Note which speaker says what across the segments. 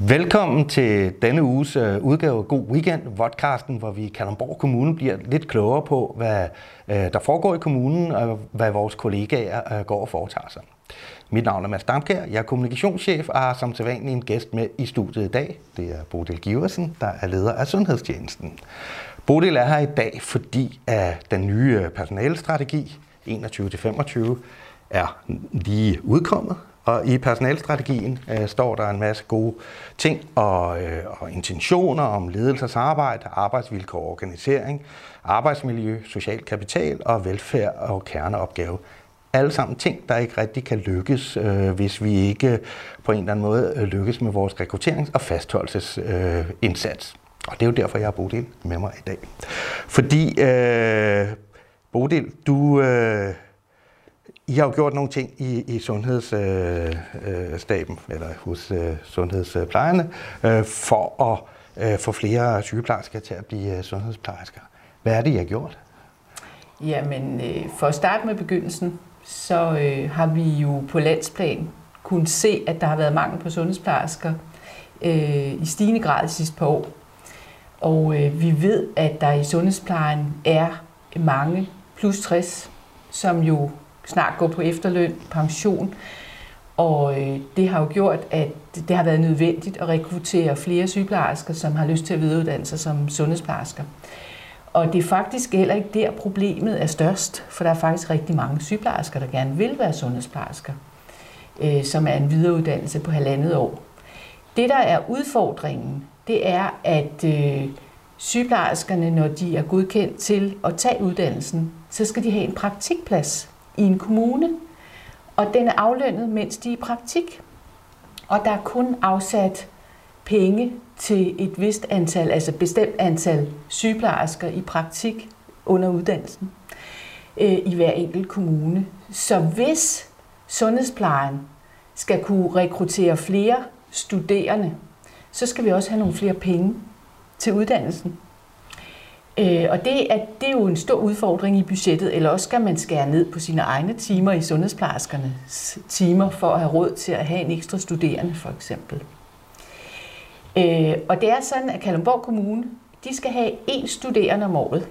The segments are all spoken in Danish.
Speaker 1: Velkommen til denne uges udgave af God Weekend, vodcasten, hvor vi i Kalundborg Kommune bliver lidt klogere på, hvad der foregår i kommunen, og hvad vores kollegaer går og foretager sig. Mit navn er Mads Damkjær, jeg er kommunikationschef og har som sædvanlig en gæst med i studiet i dag. Det er Bodil Giversen, der er leder af sundhedstjenesten. Bodil er her i dag, fordi den nye personalestrategi 21-25 er lige udkommet. Og i personalstrategien står der en masse gode ting og intentioner om ledelsesarbejde, arbejdsvilkår, organisering, arbejdsmiljø, social kapital og velfærd og kerneopgave. Alle sammen ting, der ikke rigtig kan lykkes, hvis vi ikke på en eller anden måde lykkes med vores rekrutterings- og fastholdelsesindsats. Og det er jo derfor, jeg har Bodil med mig i dag. Fordi, Bodil, I har jo gjort nogle ting i sundhedsstaben, eller hos sundhedsplejerne, for at få flere sygeplejersker til at blive sundhedsplejersker. Hvad er det, I har gjort?
Speaker 2: Jamen, for at starte med begyndelsen, så har vi jo på landsplan kunnet se, at der har været mangel på sundhedsplejersker i stigende grad de sidste par år. Og vi ved, at der i sundhedsplejen er mange plus 60, som jo snart går på efterløn, pension, og det har jo gjort, at det har været nødvendigt at rekruttere flere sygeplejersker, som har lyst til at videreuddanne sig som sundhedsplejersker. Og det er faktisk heller ikke der, problemet er størst, for der er faktisk rigtig mange sygeplejersker, der gerne vil være sundhedsplejersker, som er en videreuddannelse på 1,5 år. Det, der er udfordringen, det er, at sygeplejerskerne, når de er godkendt til at tage uddannelsen, så skal de have en praktikplads i en kommune, og den er aflønnet, mens de er i praktik. Og der er kun afsat penge til et vist antal, altså bestemt antal sygeplejersker i praktik under uddannelsen i hver enkelt kommune. Så hvis sundhedsplejen skal kunne rekruttere flere studerende, så skal vi også have nogle flere penge til uddannelsen. Og det er jo en stor udfordring i budgettet, eller også skal man skære ned på sine egne timer i sundhedsplejerskernes timer for at have råd til at have en ekstra studerende, for eksempel. Og det er sådan, at Kalundborg Kommune, de skal have 1 studerende om året.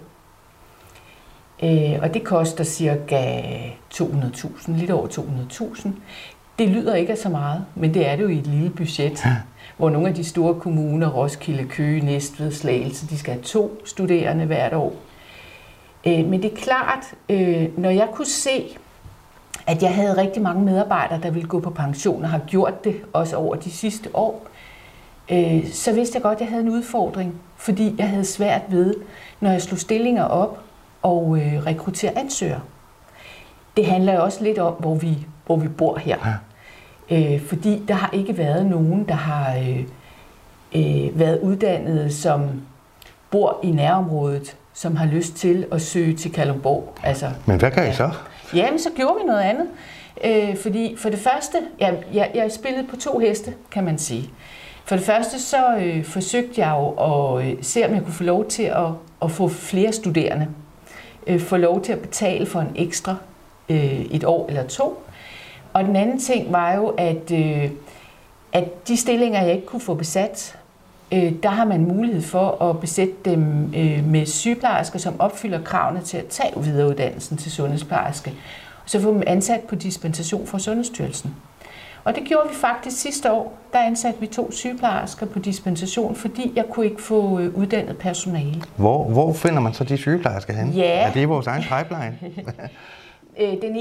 Speaker 2: Og det koster ca. 200.000, lidt over 200.000. Det lyder ikke af så meget, men det er det jo i et lille budget, hvor nogle af de store kommuner, Roskilde, Køge, Næstved, Slagelse, de skal have 2 studerende hvert år. Men det er klart, når jeg kunne se, at jeg havde rigtig mange medarbejdere, der ville gå på pension og har gjort det også over de sidste år, så vidste jeg godt, at jeg havde en udfordring, fordi jeg havde svært ved, når jeg slog stillinger op og rekruttere ansøgere. Det handler jo også lidt om, hvor vi bor her. Ja. Fordi der har ikke været nogen, der har været uddannede, som bor i nærområdet, som har lyst til at søge til Kalundborg. Altså,
Speaker 1: men hvad gør I så?
Speaker 2: Jamen, så gjorde vi noget andet. Fordi for det første, jeg spillede på 2 heste, kan man sige. For det første så forsøgte jeg jo at se, om jeg kunne få lov til at få flere studerende. Få lov til at betale for en ekstra 1 år eller 2. Og den anden ting var jo, at de stillinger, jeg ikke kunne få besat, der har man mulighed for at besætte dem med sygeplejersker, som opfylder kravene til at tage videreuddannelsen til sundhedsplejerske. Og så få dem ansat på dispensation fra Sundhedsstyrelsen. Og det gjorde vi faktisk sidste år. Der ansatte vi 2 sygeplejersker på dispensation, fordi jeg kunne ikke få uddannet personale.
Speaker 1: Hvor finder man så de sygeplejersker henne?
Speaker 2: Ja.
Speaker 1: Er det i vores egen pipeline?
Speaker 2: Den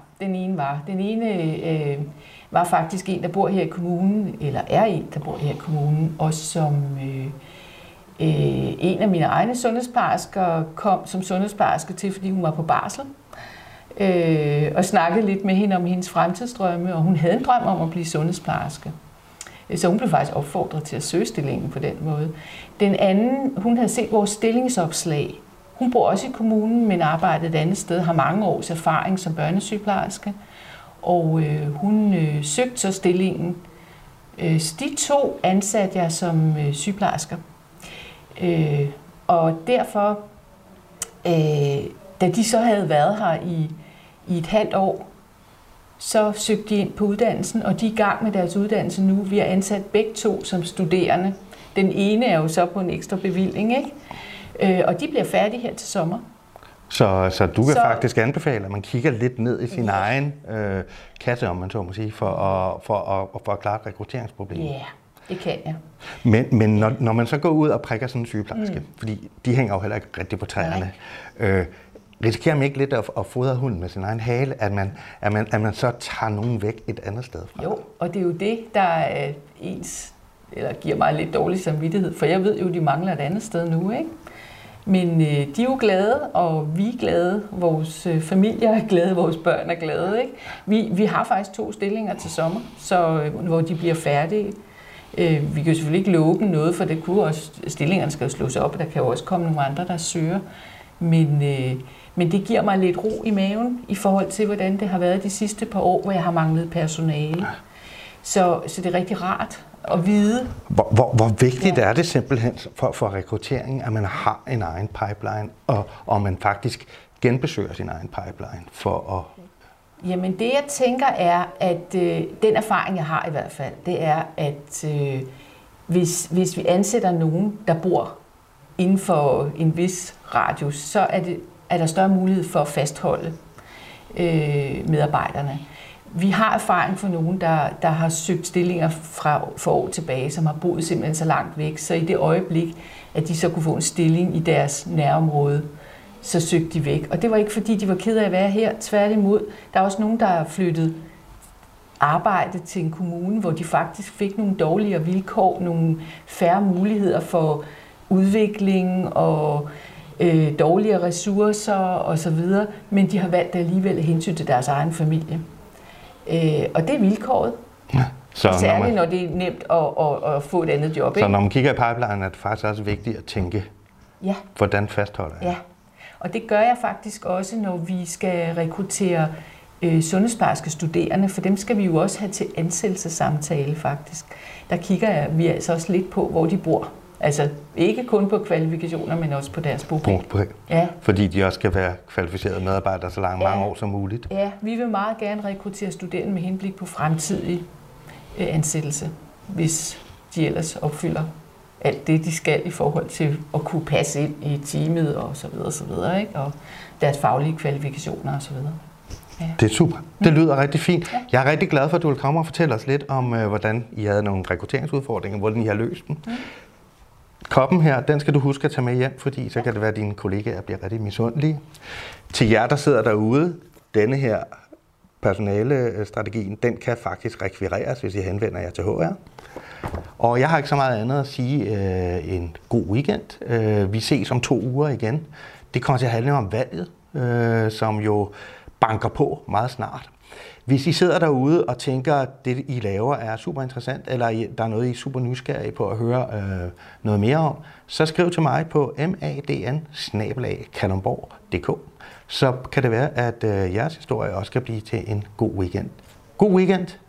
Speaker 2: ene var faktisk en, der bor her i kommunen, eller er en, der bor her i kommunen, og som en af mine egne sundhedsplejersker kom som sundhedsplejerske til, fordi hun var på barsel, og snakkede lidt med hende om hendes fremtidsdrømme, og hun havde en drøm om at blive sundhedsplejerske. Så hun blev faktisk opfordret til at søge stillingen på den måde. Den anden, hun havde set vores stillingsopslag. Hun bor også i kommunen, men arbejder et andet sted, har mange års erfaring som børnesygeplejerske. Og hun søgte så stillingen. Så de 2 ansatte jeg som sygeplejersker. Og derfor, da de så havde været her i et halvt år, så søgte de ind på uddannelsen, og de er i gang med deres uddannelse nu. Vi har ansat begge to som studerende. Den ene er jo så på en ekstra bevilling, ikke? Og de bliver færdige her til sommer.
Speaker 1: Så du kan faktisk anbefale, at man kigger lidt ned i sin egen kasse, om man så må sige, for at klare rekrutteringsproblemet.
Speaker 2: Ja, det kan jeg.
Speaker 1: Men når man så går ud og prikker sådan en sygeplejerske, fordi de hænger jo heller ikke rigtig på træerne, risikerer man ikke lidt at fodre hunden med sin egen hale, at man så tager nogen væk et andet sted fra?
Speaker 2: Jo, og det er jo det, der er eller giver mig lidt dårlig samvittighed, for jeg ved jo, de mangler et andet sted nu, ikke? Men de er jo glade, og vi er glade, vores familier er glade, vores børn er glade, ikke? Vi har faktisk 2 stillinger til sommer, hvor de bliver færdige. Vi kan jo selvfølgelig ikke love dem noget, for det kunne også, stillingerne skal jo slås op, og der kan jo også komme nogle andre, der søger. Men det giver mig lidt ro i maven i forhold til, hvordan det har været de sidste par år, hvor jeg har manglet personale. Så det er rigtig rart at vide.
Speaker 1: Hvor vigtigt er det simpelthen for rekrutteringen, at man har en egen pipeline, og man faktisk genbesøger sin egen pipeline for at...
Speaker 2: Jamen det jeg tænker er, at den erfaring jeg har i hvert fald, det er, at hvis vi ansætter nogen, der bor inden for en vis radius, så er der større mulighed for at fastholde medarbejderne. Vi har erfaring for nogen, der har søgt stillinger for år tilbage, som har boet simpelthen så langt væk, så i det øjeblik, at de så kunne få en stilling i deres nærområde, så søgte de væk. Og det var ikke fordi, de var kede af at være her. Tværtimod, der er også nogen, der har flyttet arbejde til en kommune, hvor de faktisk fik nogle dårligere vilkår, nogle færre muligheder for udvikling og dårligere ressourcer osv., men de har valgt alligevel hensyn til deres egen familie. Og det er vilkåret. Ja, særligt når det er nemt at få et andet job.
Speaker 1: Så når man kigger i pipeline, er det faktisk også vigtigt at tænke, hvordan fastholder jeg?
Speaker 2: Ja, og det gør jeg faktisk også, når vi skal rekruttere sundhedsplejerske studerende, for dem skal vi jo også have til ansættelsessamtale faktisk. Der kigger vi altså også lidt på, hvor de bor. Altså ikke kun på kvalifikationer, men også på deres bopæl.
Speaker 1: Ja. Fordi de også skal være kvalificerede medarbejdere så mange år som muligt.
Speaker 2: Ja, vi vil meget gerne rekruttere studerende med henblik på fremtidig ansættelse, hvis de ellers opfylder alt det, de skal i forhold til at kunne passe ind i teamet og så videre, ikke? Og deres faglige kvalifikationer og så videre. Ja.
Speaker 1: Det er super. Det lyder rigtig fint. Ja. Jeg er rigtig glad for, at du vil komme og fortælle os lidt om, hvordan I havde nogle rekrutteringsudfordringer, hvordan I har løst dem. Koppen her, den skal du huske at tage med hjem, fordi så kan det være, at dine kollegaer bliver rigtig misundelige. Til jer, der sidder derude, denne her personalestrategien, den kan faktisk rekvireres, hvis I henvender jer til HR. Og jeg har ikke så meget andet at sige en god weekend. Vi ses om 2 uger igen. Det kommer til at handle om valget, som jo banker på meget snart. Hvis I sidder derude og tænker, at det, I laver, er super interessant, eller der er noget, I er super nysgerrige på at høre noget mere om, så skriv til mig på madn@kalundborg.dk. Så kan det være, at jeres historie også kan blive til en god weekend. God weekend!